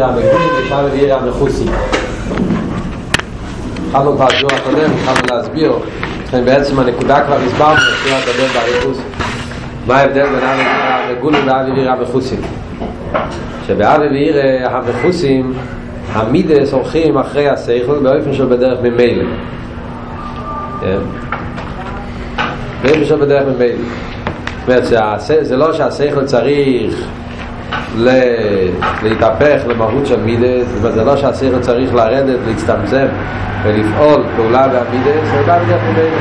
וירא המגולים ושם וירא המחוסים. התחלנו כבר בשיעור הקודם, התחלנו להסביר, בעצם הנקודה כבר הסברנו בשיעור הקודם באריכות מה ההבדל בין אבי וירא המגולים ואבי וירא המחוסים. שבאבי וירא המחוסים המידס הולכים אחרי השכל באופן של בדרך ממילא. באופן של בדרך ממילא. זאת אומרת, זה לא שהשכל צריך להתהפך למהות של מידס, זה לא שהשכל צריך לרדת, להצטמצם ולפעול פעולה בהמידס, זה בא בדרך ממילא.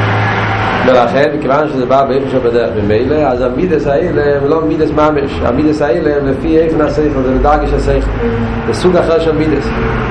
ולכן, מכיוון שזה בא באופן של בדרך ממילא, אז המידס האלה הם לא מידס ממש, המידס האלה הם לפי איפן השכל, זה בדרגש השכל, זה סוג אחר של מידס.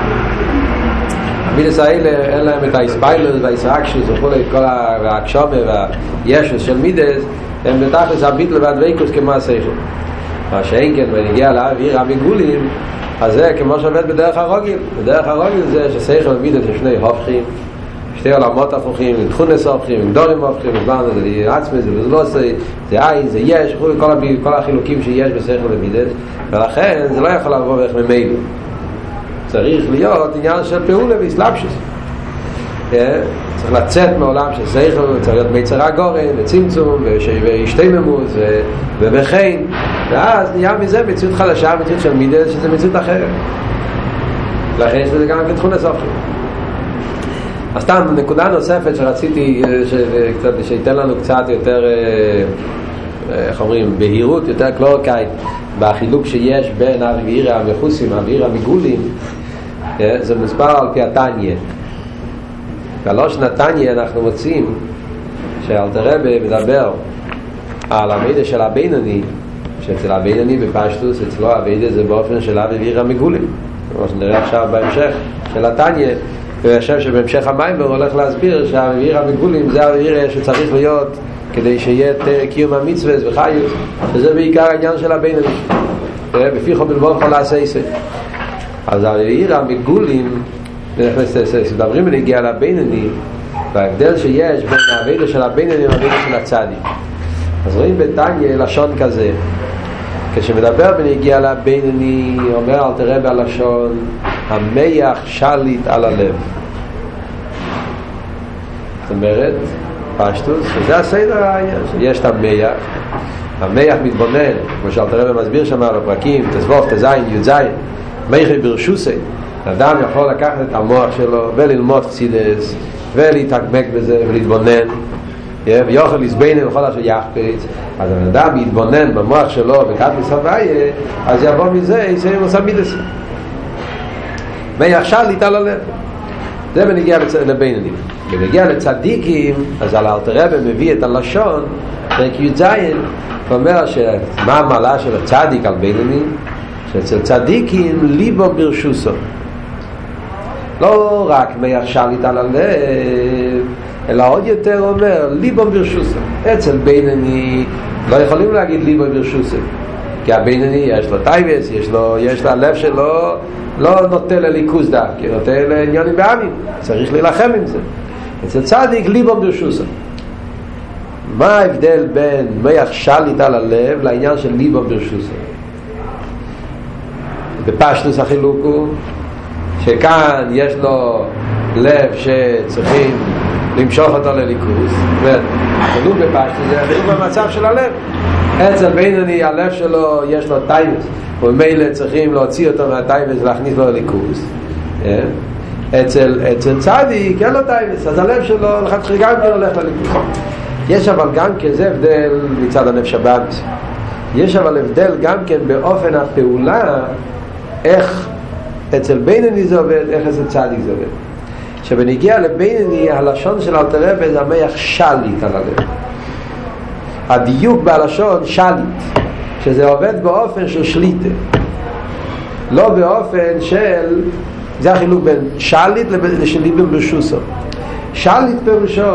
המידס האלה אין להם את האיספיילוס והאיסרקשוס וכולי, כל ההקשומה והישוס של מידס, הם בתכלס הביטל והדבקוס כמו השכל. מה שאין כן, ונגיע לאוויר המגולים, אז זה כמו שעובד בדרך הרוגיל. בדרך הרוגיל זה ששכל ומידס יש שני הופכים, שתי עולמות הפוכים, עם תכונס הופכים, עם דורים הופכים, זה עצמי, זה לא זה עין, זה יש, כל החילוקים שיש בשכל ומידס, ולכן זה לא יכול לעבור בערך ממילא. צריך להיות עניין של פעולה והסלבשוס. צריך לצאת מעולם של שכל, צריך להיות מיצרה גורן וצמצום והשתיממות ובכן, ואז נהיה מזה מציאות חדשה, מציאות של מידס, שזה מציאות אחרת. לכן יש לזה גם כתכונס הופכים. אז סתם נקודה נוספת שרציתי שיתן לנו קצת יותר, איך אומרים, בהירות, יותר קלורקאית בחילוק שיש בין אבי וירא המחוסים, אבי וירא המגולים, זה מספר על פי התניא. בלושן התניא אנחנו מוצאים שאלתר רבי מדבר על המידע של הבינוני, שאצל הבינוני בפשטוס, אצלו המידע זה באופן של אבי וירא המגולים, כמו שנראה עכשיו בהמשך של התניא. וחושב שבהמשך המיימר הולך להסביר שהאבי וירא המגולים זה האבי וירא שצריך להיות כדי שיהיה קיום המצווה וחיות, וזה בעיקר העניין של הבינוני, בפיחו בלבוב כל העשייסה. אז האבי וירא המגולים מדברים ונגיע לבינוני, וההבדל שיש בין העבודה של הבינוני והעבודה של הצדיק. אז רואים בתניא לשון כזה, כשמדבר ונגיע לבינוני אומר אלתר רבי הלשון המח שליט על הלב. זאת אומרת פשטוס, וזה הסדר העניין שיש את המח מתבונן, כמו שאלתר רבי מסביר שם על הפרקים תזבוב, תזין, י"ז, מחי ברשוסי. אדם יכול לקחת את המוח שלו וללמוד חסידס ולהתעמק בזה ולהתבונן ויוכל לסבינן וכל אשר יחפץ. אז האדם יתבונן במוח שלו וקטלוס הוויה, אז יבוא מזה יסיים עושה מידס ויחשל ליטל הלב. זה בנגיע לבינונים. בנגיע לצדיקים, אז על אלתר רבי מביא את הלשון פרק י"ז, ואומר שמה המעלה של הצדיק על בינונים, שאצל צדיקים ליבו ברשוסו, לא רק מיחשל ליטל הלב, אלא עוד יותר אומר ליבו ברשוסו. אצל בינוני לא יכולים להגיד ליבו ברשוסו, כי הבינוני יש לו טייבס, יש לו הלב שלו לא נוטה לליכוז דק, כי נוטה לעניונים בעמים, צריך להילחם עם זה. אצל צדיק ליבו ברשוסו. מה ההבדל בין מיחשל ליטל הלב לעניין של ליבו ברשוסו? בפשטוס החילוק הוא שכאן יש לו לב שצריכים למשוך אותו לליכוז, החילוק בפשטוס זה החילוק במצב של הלב. אצל בינוני הלב שלו יש לו טייבס, ומילא צריכים להוציא אותו מהטייבס ולהכניס לו לליכוז. אצל צדיק אין לו טייבס, אז הלב שלו גם כן הולך לליכוז. יש אבל גם כזה הבדל מצד הנפש הבאמיס, יש אבל הבדל גם כן באופן הפעולה, איך אצל בינוני זה עובד, איך אצל צדיק זה עובד. שבנגיע לבינוני הלשון של אלתר רבי זה המח שליט על הלב. הדיוק בלשון שליט, שזה עובד באופן של שליטה, לא באופן של, זה החילוק בין שליט לשליטה ברשוסו. שליט פירושו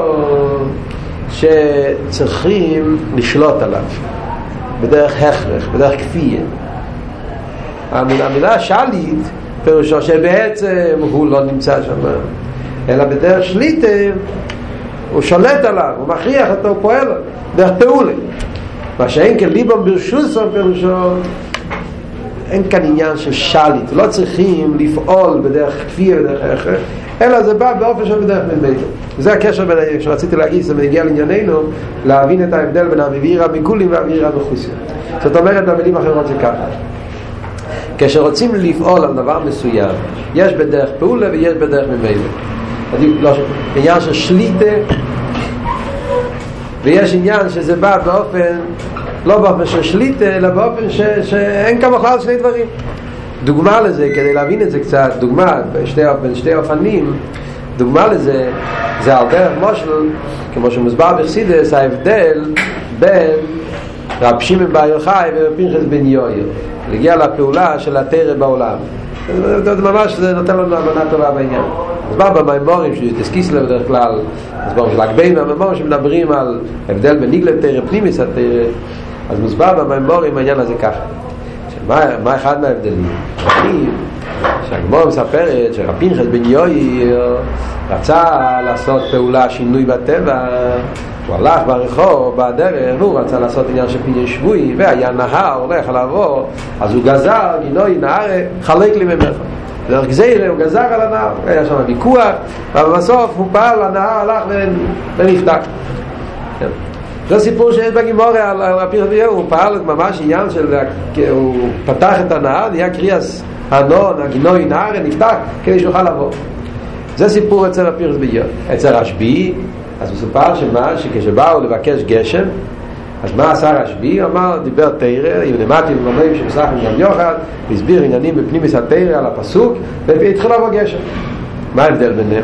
שצריכים לשלוט עליו בדרך הכרח, בדרך כפייה. המילה שליט פירושו שבעצם הוא לא נמצא שם, אלא בדרך שליטה הוא שולט עליו, הוא מכריח אותו, הוא פועל דרך פעולה. מה שאין כליבם ברשוסו פירושו אין כאן עניין של שליט, לא צריכים לפעול בדרך כפיר, בדרך אחר, אלא זה בא באופן של בדרך בין ביתו. זה הקשר שרציתי להגיד, זה מגיע לענייננו, להבין את ההבדל בין אבירה מגולים ואבירה מחוסיה. זאת אומרת, במילים אחרות זה ככה. כשרוצים לפעול על דבר מסוים, יש בדרך פעולה ויש בדרך ממילא. עניין של שליטה, ויש עניין שזה בא באופן, לא באופן של שליטה, אלא באופן שאין כמה בכלל שני דברים. דוגמה לזה, כדי להבין את זה קצת, דוגמה בין שתי אופנים, דוגמה לזה, זה על דרך מושל, כמו שמוסבר בחסידות, ההבדל בין רב שמעון בר יוחאי ופנחס בן יאיר, להגיע לפעולה של התורה בעולם. זה ממש, זה נותן לנו הבנה טובה בעניין. מוסבר במימורים שתסקיס לב בדרך כלל, מוסבר של הגבין והמימורים שמדברים על הבדל בין נגלה תורה פנימיס התורה, אז מוסבר במימורים העניין הזה ככה. מה אחד מההבדלים? שהגמרא מספרת שרב פנחס בן יאיר רצה לעשות פעולה שינוי בטבע, הוא הלך ברחוב בדרך והוא רצה לעשות עניין של פדיון שבועי, והיה נהר הולך לעבור, אז הוא גזר גינוי נהר חלק לי ממך, דרך גזירה הוא גזר על הנהר, היה שם ויכוח, ובסוף הוא פעל, הנהר הלך ונפתח. זה סיפור שיש בגימוריה על רב פנחס בן יאיר, הוא פעל ממש עניין של, הוא פתח את הנהר, נהיה קריאס הנון, הגינוי נהר נפתח כדי שיוכל לעבור. זה סיפור אצל רב פנחס בן יאיר. אצל רשב"י אז הוא סופר שכשבאו לבקש גשם, אז מה עשה רשב"י? אמר, דיבר תורה, אם למדתי במאמרים שמסכם גם יוחד, והסביר עניינים בפנימיס התורה על הפסוק, והתחיל לבוא גשם. מה ההבדל ביניהם?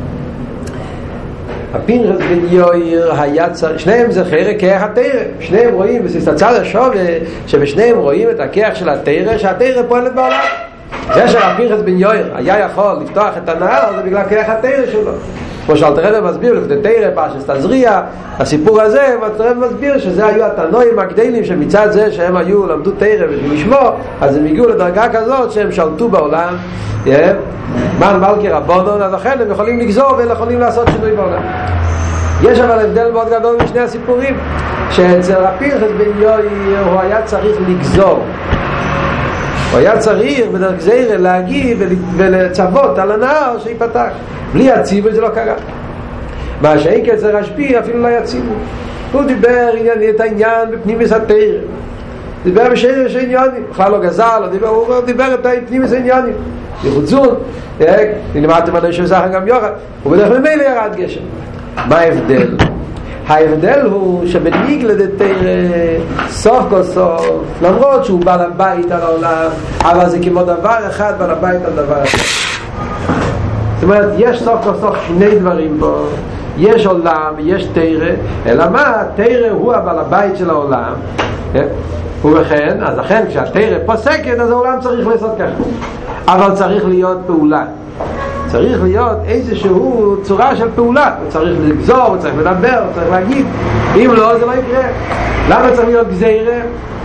פנחס בן יאיר היה צריך, שניהם זה חלק כיח התורה, שניהם רואים, וזה הצד השווה שבשניהם רואים את הכיח של התורה, שהתורה פועלת בעולם. זה שרב פנחס בן יאיר היה יכול לפתוח את הנהר, זה בגלל כיח התורה שלו. כמו שאלתר רבי מסביר לפני תורה פרשת תזריע, הסיפור הזה אלתר רבי מסביר שזה היו התנועים הגדולים שמצד זה שהם היו למדו תורה בשביל לשמור, אז הם הגיעו לדרגה כזאת שהם שלטו בעולם, מן מלכי רבונון, אז לכן הם יכולים לגזור ויכולים לעשות שינוי בעולם. יש אבל הבדל מאוד גדול משני הסיפורים, שאצל רב פנחס בן יאיר הוא היה צריך לגזור, הוא היה צריך בדרך גזירה להגיב ולצוות על הנהר שיפתח. בלי הציבו זה לא קרה. מה שאין כזה רשב"י אפילו לא יציבו. הוא דיבר את העניין בפנימיס התורה, דיבר בשרש העניינים, בכלל לא גזר, הוא דיבר את הפנימיס העניינים, יחוצון, נלמדתם עד שמסכם גם יוחד, ובדרך ממילא ירד גשם. מה ההבדל? ההבדל הוא שבניגלה דתורה סוף כל סוף, למרות שהוא בעל הבית על העולם, אבל זה כמו דבר אחד בעל הבית על דבר אחד. זאת אומרת, יש סוף כל סוף שני דברים בו, יש עולם ויש תורה, אלא מה? תורה הוא הבעל הבית של העולם, ובכן, אז לכן כשהתורה פוסקת, אז העולם צריך לעשות ככה, אבל צריך להיות פעולה, צריך להיות איזשהו צורה של פעולה, הוא צריך לגזור, הוא צריך לדבר, הוא צריך להגיד, אם לא זה לא יקרה. למה צריך להיות גזירה?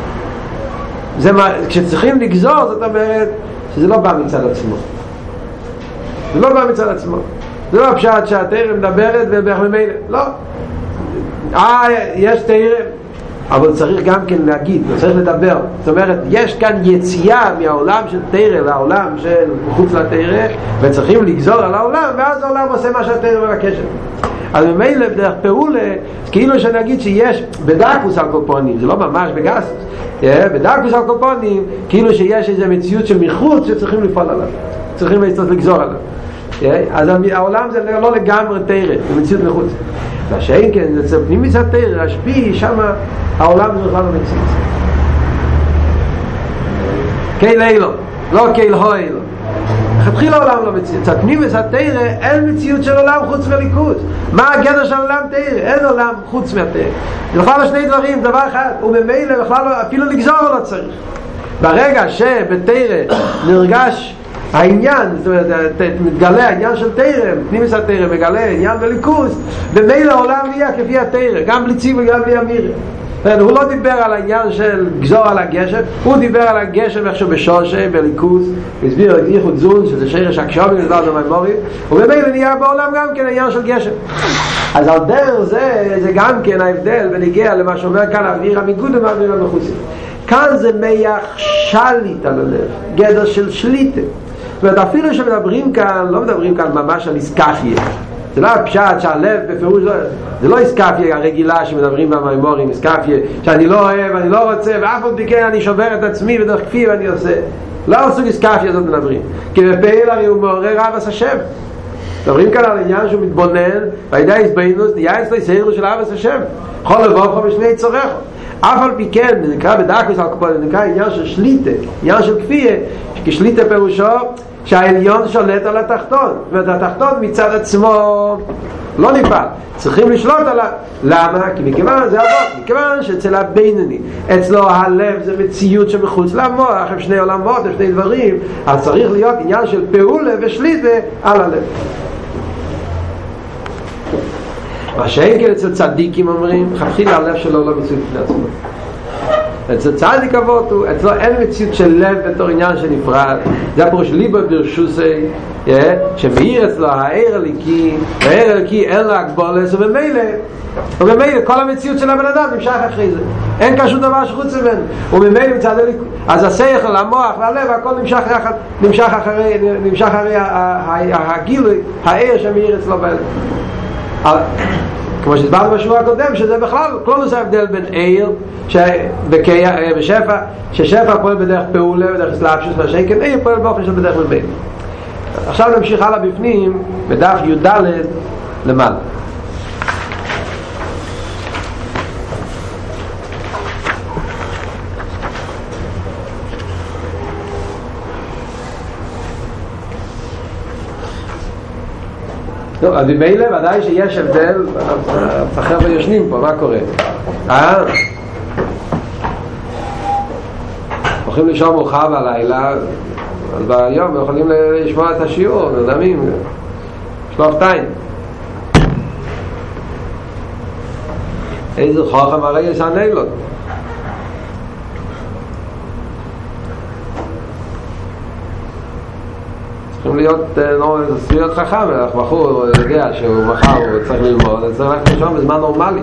כשצריכים לגזור זאת אומרת שזה לא בא מצד עצמו, זה לא בא מצד עצמו, זה לא פשט שהתורה מדברת ובמילא לא, יש תורה אבל צריך גם כן להגיד, צריך לדבר. זאת אומרת, יש כאן יציאה מהעולם של תורה לעולם של חוץ לתורה, וצריכים לגזור על העולם, ואז העולם עושה מה שהתורה מבקשת. אז ממילא בדרך פעולה, כאילו שנגיד שיש בדקוס על קופונים, זה לא ממש בגסוס, בדקוס על קופונים, כאילו שיש איזו מציאות של מחוץ שצריכים לפעול עליו, צריכים לגזור עליו. אז העולם זה לא לגמרי תורה, זה מציאות מחוץ. מה שאין כן, זה פנימיס התורה, רשב"י, שמה העולם זה בכלל לא מציאות. קייל אילו, לא קייל הויל. התחיל העולם לא מציאות. פנימיס התורה, אין מציאות של עולם חוץ מליכוז. מה הגדר של עולם תורה? אין עולם חוץ מהתורה. זה בכלל לא שני דברים, דבר אחד. וממילא בכלל לא, אפילו לגזור לא צריך. ברגע שבתורה נרגש העניין, זאת אומרת, מתגלה העניין של תורה, פנימיס התורה מגלה עניין וליכוז, ומילא העולם נהיה כפי התורה, גם בלי ציווי וגם בלי אמיר. הוא לא דיבר על העניין של גזור על הגשם, הוא דיבר על הגשם איך שהוא בשורשה, בליכוז, הסביר את ייחוד זון, שזה שרש הקשובים, ובמילא נהיה בעולם גם כן העניין של גשם. אז על דרך זה גם כן ההבדל ונגיע למה שאומר כאן אוויר המיגוד ומאוויר המחוסי. כאן זה מייח שליט על הלב, גדר של שליטה. זאת אומרת, אפילו שמדברים כאן, לא מדברים כאן ממש על איסקפיה. זה לא הפשט שהלב בפירוש, זה לא איסקפיה הרגילה שמדברים במיימורים, איסקפיה שאני לא אוהב, אני לא רוצה, ואף עוד מכן אני שובר את עצמי ודרך כפי ואני עושה. לא על סוג איסקפיה הזאת מדברים. כי בפעיל הרי הוא מעורר אהבת השם. מדברים כאן על עניין שהוא מתבונן, והידי הסבינוס, נהיה אצלו יסעירו של אהבת השם. כל לבובכו בשני צורך. אף על פי כן, זה נקרא בדקוס על קופות, זה נקרא עניין של שליטה, עניין של כפייה, כשליטה פירושו שהעליון שולט על התחתון. זאת אומרת, התחתון מצד עצמו לא נפעל, צריכים לשלוט עליו. למה? כי מכיוון זה אבות, מכיוון שאצל הבינוני, אצלו הלב זה מציאות שמחוץ למוח, הם שני עולמות, הם שני דברים, אז צריך להיות עניין של פעולה ושליטה על הלב. מה שאין כן אצל צדיקים אומרים, חתחילה הלב שלו לא מציאות בפני עצמו. אצל צדיק אבות הוא, אצלו אין מציאות של לב בתור עניין שנפרד. זה הפירוש ליבו ברשוסי, שמאיר אצלו העיר הליקי, והעיר הליקי אין לו הגבולס, ובמילא כל המציאות של הבן אדם נמשך אחרי זה. אין כאן שום דבר שחוץ ממנו. וממילא מצד הליקי, אז השכל, המוח והלב, הכל נמשך אחרי הגילוי, העיר שמאיר אצלו בלב. כמו שהסברנו בשבוע הקודם, שזה בכלל כלולוס ההבדל בין עיר ושפע, ששפע פועל בדרך פעולה, בדרך סלאפשוס, מה שכן עיר פועל באופן של בדרך ממילא. עכשיו נמשיך הלאה בפנים בדף י"ד למעלה. אז במילא ודאי שיש הבדל, החבר'ה ישנים פה, מה קורה? הולכים לישון מאוחר בלילה, אז ביום יכולים לשמוע את השיעור, נרדמים, שלוף תיים. איזה חוכם הרי יש הנאלות. צריכים להיות חכם, בחור יודע שהוא מחר הוא צריך ללמוד, אז צריך ללכת לישון בזמן נורמלי.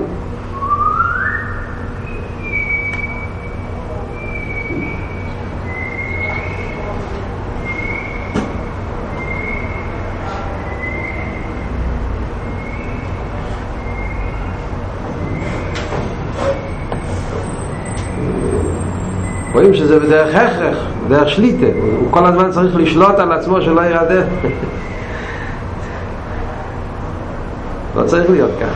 רואים שזה בדרך הכרח, בדרך שליטה. הוא כל הזמן צריך לשלוט על עצמו שלא ירדף. לא צריך להיות כך.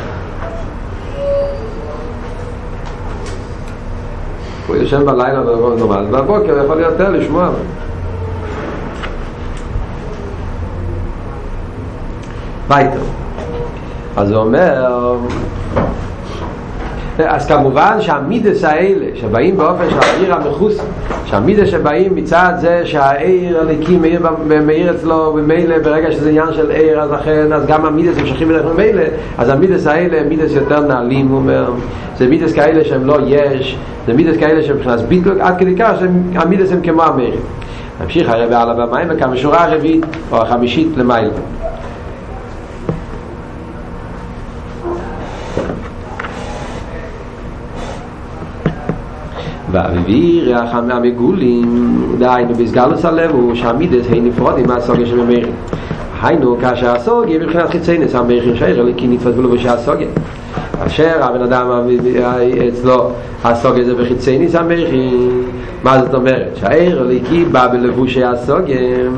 הוא יושן בלילה נורמל, בבוקר יכול יותר לשמוע. ביתו. אז הוא אומר, אז כמובן שהמידס האלה שבאים באופן של העיר המחוס, שהמידס שבאים מצד זה שהעיר הליקי מאיר אצלו במילא, ברגע שזה עניין של עיר, אז לכן אז גם המידס המשכים בדרך במילא, אז המידס האלה הם מידס יותר נעלים, הוא אומר, זה מידס כאלה שהם לא יש, זה מידס כאלה שהם בכנס ביטלוק, עד כדי כך שהמידס הם כמו המאיר. נמשיך הרב על הבמה וכמה שורה הרביעית או החמישית למעלה. והאוויר החם המגולים דהיינו בסגלוס הלב הוא שהמידס הם נפרודים מהסוגיה שבמאירים. היינו כאשר הסוגיה מבחינת חיצייניס המאירים שהעיר הליקי נתפס בלו בשהסוגיה, אשר הבן אדם אצלו הסוגיה זה בחיצייניס המאירים. מה זאת אומרת? שהעיר הליקי בא בלבושי הסוגיה,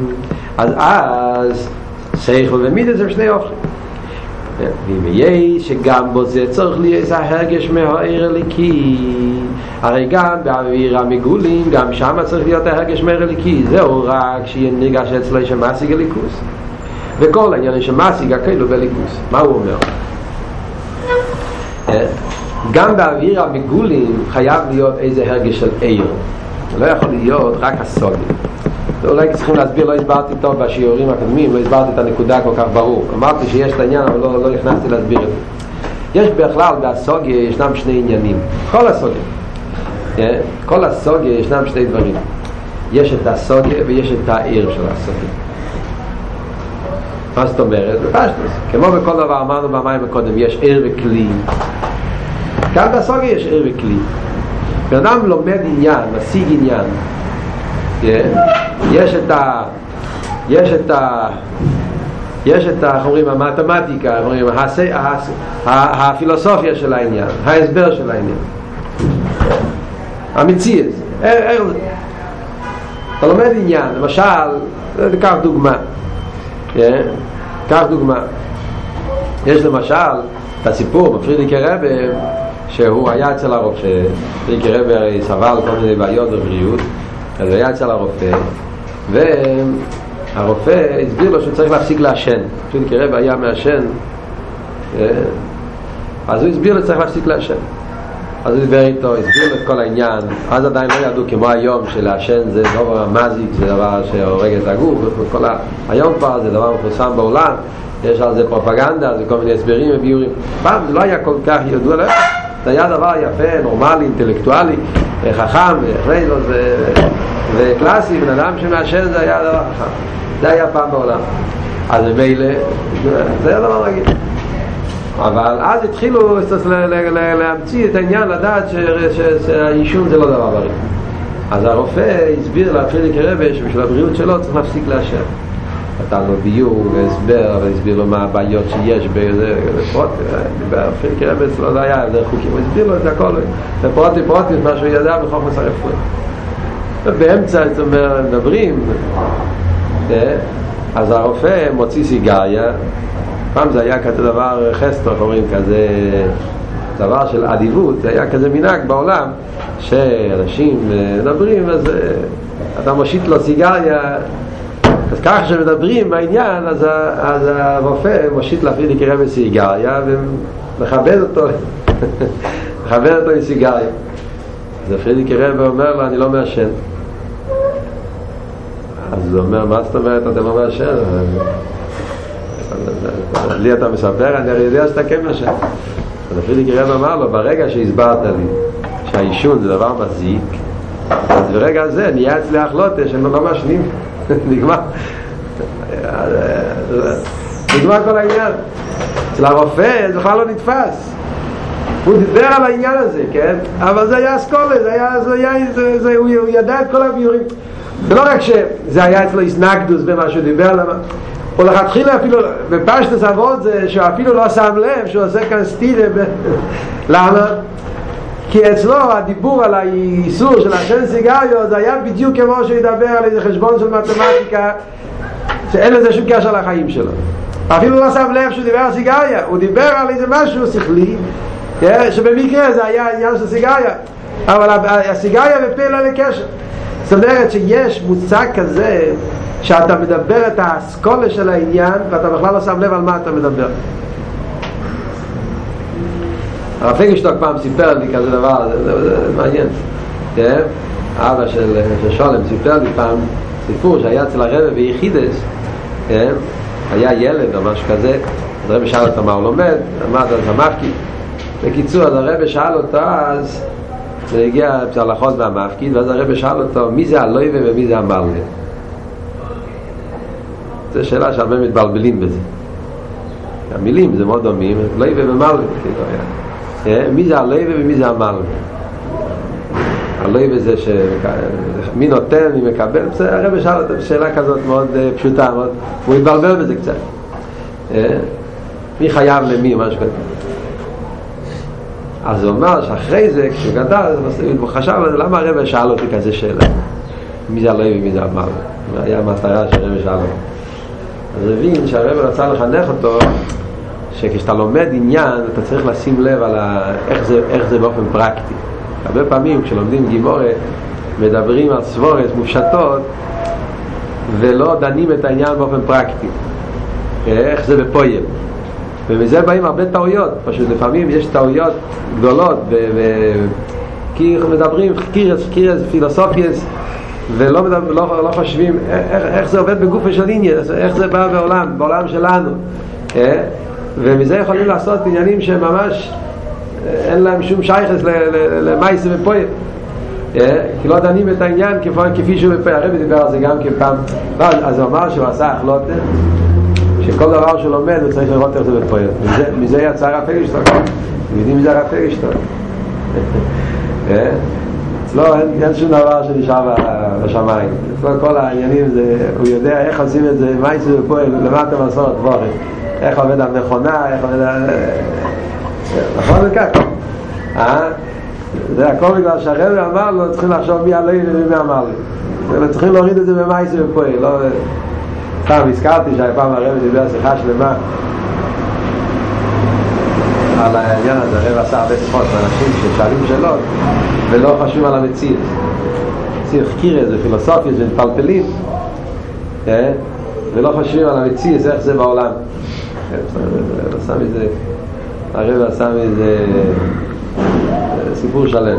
אז שכל ומידס הם שני אופנים. ואם יהיה שגם בו זה צריך להיות ההרגש מהעיר הליקי, הרי גם באוויר המגולים גם שם צריך להיות ההרגש מהעיר הליקי. זהו רק שיהיה נרגש אצלו שמשיג הליכוס, וכל העניין שמשיג הכאילו בליכוס. מה הוא אומר? גם באוויר המגולים חייב להיות איזה הרגש של עיר, לא יכול להיות רק הסוגיה. אולי צריכים להסביר, לא הסברתי טוב בשיעורים הקודמים, לא הסברתי את הנקודה כל כך ברור. אמרתי שיש את העניין אבל לא נכנסתי להסביר את זה. יש בכלל בסוגיה ישנם שני עניינים, כל הסוגיה ישנם שני דברים. יש את הסוגיה ויש את העיר של הסוגיה. מה זאת אומרת? בפשטוס, כמו בכל דבר אמרנו במים הקודם, יש עיר וכלי. כאן בסוגיה יש עיר וכלי. כשאדם לומד עניין, משיג עניין, יש את איך אומרים, המתמטיקה, אומרים, הפילוסופיה של העניין, ההסבר של העניין, המציאות. אתה לומד עניין, למשל, קח דוגמה, יש למשל את הסיפור בפרידיקי רבי, שהוא היה אצל הרופא. פרידיקי רבי הרי סבל כל מיני בעיות בבריאות, אז הוא היה אצל הרופא, והרופא הסביר לו שהוא צריך להפסיק לעשן. פרידיקי רבי היה מעשן, אז הוא הסביר לו צריך להפסיק לעשן. אז הוא דיבר איתו, הסביר לו את כל העניין. אז עדיין לא ידעו כמו היום שלעשן זה דבר מזיק, זה דבר שהורג את הגוף. היום כבר זה דבר מפורסם בעולם, יש על זה פרופגנדה, זה כל מיני הסברים וביורים. פעם זה לא היה כל כך ידוע לך, זה היה דבר יפה, נורמלי, אינטלקטואלי, חכם וקלאסי. בן אדם שמעשן זה היה דבר חכם, זה היה פעם בעולם. אז במילא זה היה דבר רגיל. אבל אז התחילו להמציא את העניין, לדעת שהעישון זה לא דבר בריא. אז הרופא הסביר לפרידיקי רבי שבשביל הבריאות שלו צריך להפסיק לעשן. נתן לו ביור והסבר, והסביר לו מה הבעיות שיש בפרידיקי רבי אצלו לא היה איזה חוקים, הוא הסביר לו את הכל בפרוטי מה שהוא ידע בחוכמת הרפואה. ובאמצע, זאת אומרת, מדברים, אז הרופא מוציא סיגריה. פעם זה היה כזה דבר חסטר, אומרים, כזה דבר של עדיבות, זה היה כזה מנהג בעולם שאנשים מדברים, אז אתה מושיט לו סיגריה, אז ככה שמדברים בעניין, אז הרופא מושיט לפרידיקי רבי סיגריה ומכבד אותו מכבד אותו עם סיגריה. אז הפרידיקי רבי אומר לו, אני לא מעשן. אז הוא אומר, מה זאת אומרת, אתה לא מעשן? לי אתה מספר, אני הרי יודע שאתה כן מעשן. אז הפרידיקי רבי אמר לו, ברגע שהסברת לי שהעישון זה דבר מזיק, אז ברגע הזה נהיה אצלי החלוטה שהם לא מעשנים. נגמר כל העניין. אצל הרופא זה בכלל לא נתפס. הוא דיבר על העניין הזה, כן? אבל זה היה אסכולה, הוא ידע את כל הביורים. זה לא רק שזה היה אצלו איסנקדוס במה שהוא דיבר עליו, או לכתחילה אפילו בפשטוס אבות זה שאפילו לא שם לב שהוא עושה כאן סטילה. למה? כי אצלו הדיבור על האיסור של השן סיגריות זה היה בדיוק כמו שהוא ידבר על איזה חשבון של מתמטיקה שאין לזה שום קשר לחיים שלו. אפילו לא שם לב שהוא דיבר על סיגריה, הוא דיבר על איזה משהו שכלי שבמקרה זה היה עניין של סיגריה, אבל הסיגריה ופילה לקשר. זאת אומרת שיש מושג כזה שאתה מדבר את האסכולה של העניין ואתה בכלל לא שם לב על מה אתה מדבר. הרב פינקלשטיין פעם סיפר לי כזה דבר, זה מעניין. אבא של שולם סיפר לי פעם סיפור שהיה אצל הרבי ביחידס, היה ילד או משהו כזה, אז הרבי שאל אותו מה הוא לומד, אמרת על המפקיד. בקיצור, אז הרבי שאל אותו, אז זה הגיע להלכות מהמפקיד, ואז הרבי שאל אותו מי זה הלויבה ומי זה המלווה. זו שאלה שהרבה מתבלבלים בזה. המילים זה מאוד דומים, לויבה ומלווה. מי זה הלויבה ומי זה המלווה? הלויבה זה מי נותן, מי מקבל. הרבי שאל אותו שאלה כזאת מאוד פשוטה, הוא התבלבל בזה קצת. מי חייב למי, משהו כזה. אז הוא אומר שאחרי זה, כשהוא גדל, הוא חשב למה הרבי שאל אותי כזה שאלה. מי זה הלויבה ומי זה המלווה? היה המטרה שהרבי שאל אותו. אז הבין שהרבי רצה לחנך אותו שכשאתה לומד עניין אתה צריך לשים לב על איך זה באופן פרקטי. הרבה פעמים כשלומדים גימורה מדברים על סבורס מופשטות ולא דנים את העניין באופן פרקטי, איך זה בפועל, ומזה באים הרבה טעויות. פשוט לפעמים יש טעויות גדולות כי מדברים קירס פילוסופייס ולא לא חושבים איך זה עובד בגוף של עניין, איך זה בא בעולם שלנו, ומזה יכולים לעשות עניינים שממש אין להם שום שייכס למייס ופועל, כי לא דנים את העניין כפי שהוא בפועל. הרבי דיבר על זה גם כפעם, אז הוא אמר שהוא עשה החלטה שכל דבר שהוא לומד הוא צריך לראות איך זה בפועל. מזה יצא הרב פינקלשטיין. אתם יודעים מזה הרב פינקלשטיין? אצלו אין שום דבר שנשאר בשמיים. אצלו כל העניינים זה, הוא יודע איך עושים את זה, מה יצא פה, למה אתם מסורת דבורים, איך עובד המכונה, איך עובד נכון וכך. זה הכל בגלל שהרבי אמר לו, צריכים לחשוב מי עלי ומי אמר לי, צריכים להוריד את זה במה יצא פה. סתם הזכרתי שהפעם הרבי דיבר שיחה שלמה על העניין הזה. הרב עשה הרבה שיחות מאנשים ששאלים שאלות ולא חושבים על המציאות, צריך חקירה, זה פילוסופיה, זה מפלפלים ולא חושבים על המציאות, איך זה בעולם. הרב עשה מזה סיפור שלם.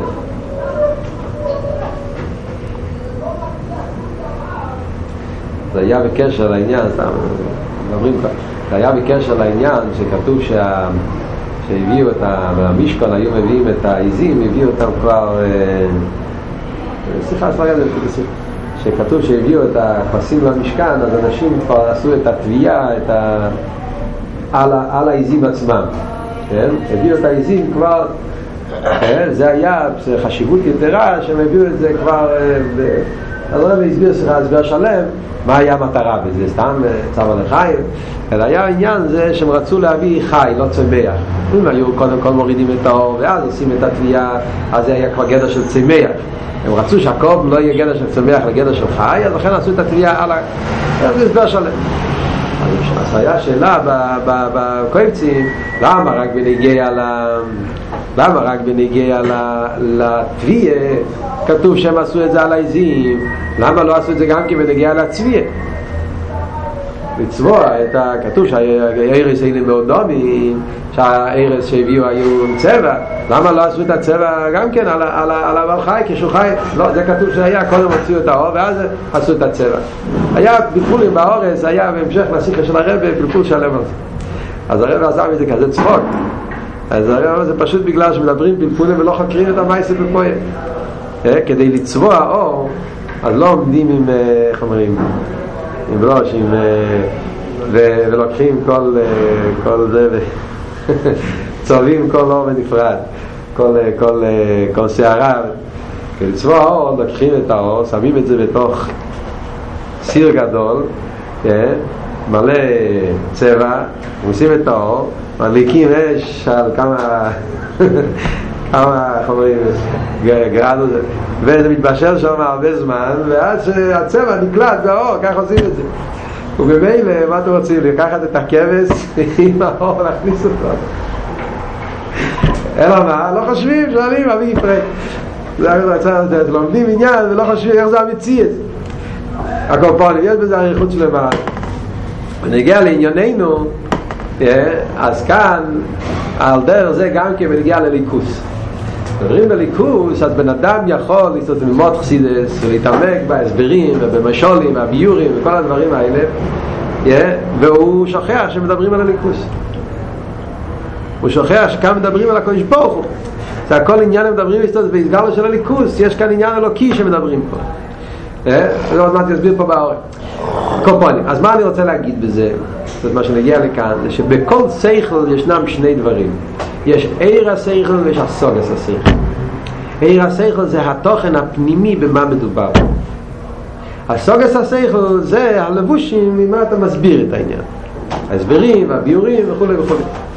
זה היה בקשר לעניין, סתם מדברים כאן, זה היה בקשר לעניין שכתוב שהביאו את המשכן, היו מביאים את העיזים, הביאו אותם כבר סליחה, שכתוב שהביאו את הכבשים למשכן, אז אנשים כבר עשו את התביעה על העיזים עצמם, הביאו את העיזים כבר, זה היה חשיבות יתרה שהם הביאו את זה כבר. אז הרב הסביר שלם מה היה המטרה בזה, סתם צבא לחיים, אלא היה העניין זה שהם רצו להביא חי, לא צמח. אם היו קודם כל מורידים את האור ואז עושים את התביעה, אז זה היה כבר גדר של צמח. הם רצו שהקום לא יהיה גדר של צמח לגדר של חי, אז לכן עשו את התביעה על זה הסבר שלם. אז היה שאלה בקויפצים, למה רק בנגיע לתביעה כתוב שהם עשו את זה על העזים, למה לא עשו את זה גם כי בנגיע לצביעה? לצבוע כתוב שהארס האלה מאוד דומים, שהארס שהביאו היו צבע, למה לא עשו את הצבע גם כן על החי כשהוא חי? לא, זה כתוב שהיה קודם הוציאו את האור ואז עשו את הצבע. היה פלפולים באורס, היה בהמשך לשיחה של הרב פלפול שלם על זה. אז הרב עשה מזה כזה צחוק. אז הרב זה פשוט בגלל שמדברים פלפולים ולא חוקרים את המייסה בפועל. כדי לצבוע אור, אז לא עומדים עם, איך אומרים, עם בלוש, ולוקחים כל זה צובעים כל אור בנפרד, כל שערה. כדי לצבוע אור לוקחים את האור, שמים את זה בתוך סיר גדול מלא צבע, עושים את האור, מדליקים אש על כמה חומרים גרדו זה, וזה מתבשל שם הרבה זמן, ועד שהצבע נקלט באור, כך עושים את זה. ובמילא, מה אתם רוצים? לקחת את הכבש עם האור, להכניס אותו. אלא מה? לא חושבים, שואלים, אבי יפרק. לומדים עניין ולא חושבים איך זה המציאות. הקורפונים, יש בזה עריכות שלמה. ונגיע לענייננו, אז כאן על דרך זה גם כן ונגיע לליכוס. מדברים בליכוס, אז בן אדם יכול ללמוד חסידס ולהתעמק בהסברים ובמשולים והביורים וכל הדברים האלה, והוא שוכח שמדברים על הליכוס. הוא שוכח שכאן מדברים על הקדוש ברוך הוא. זה הכל עניין הם מדברים בהסגר של הליכוס, יש כאן עניין אלוקי שמדברים פה. עוד מעט יסביר פה באורן. קופונים. אז מה אני רוצה להגיד בזה? זאת מה שנגיע לכאן, זה שבכל שכל ישנם שני דברים. יש עיר השכל ויש הסוגס השכל. עיר השכל זה התוכן הפנימי במה מדובר. הסוגס השכל זה הלבושים ממה אתה מסביר את העניין. ההסברים, הביורים וכו' וכו'.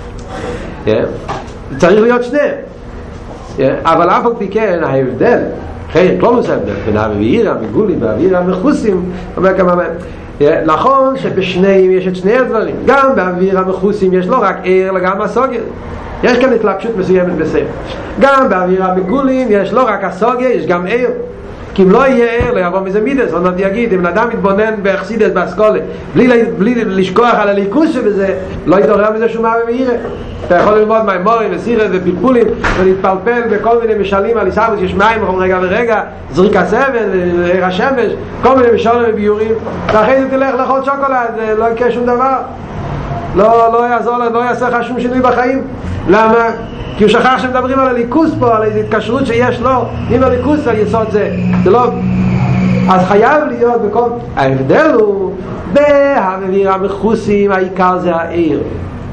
צריך להיות שני. אבל אף על פי כן ההבדל, כלולוס ההבדל בין האוויר המגולים והאוויר המחוסים, אומר כמה נכון שבשניהם יש את שני הדברים. גם באוויר המחוסים יש לא רק עיר אלא גם הסוגיה. יש כאן התלבשות מסוימת בסדר. גם באוויר המגולים יש לא רק הסוגיה, יש גם עיר. כי אם לא יהיה עיר, לא יבוא מזה מידס. עוד מעט יגיד, אם אדם מתבונן באכסידס באסכולה בלי לשכוח על הליכוס שבזה, לא יתעורר מזה שום מה ומעירה. אתה יכול ללמוד מהמורים וסירס ופלפולים ולהתפלפל בכל מיני משלים על איסאבוס יש מים בכל רגע ורגע, זריק הסבן ועיר השמש, כל מיני משלים וביורים, ואחרי זה תלך לאכול שוקולד, לא יקרה שום דבר, לא יעזור, לא יעשה לך שום שינוי בחיים. למה? כי הוא שכח שמדברים על הליכוס פה, על איזו התקשרות שיש לו עם הליכוס על יסוד זה לא... אז חייב להיות בכל... ההבדל הוא באוויר המחוסים, העיקר זה העיר.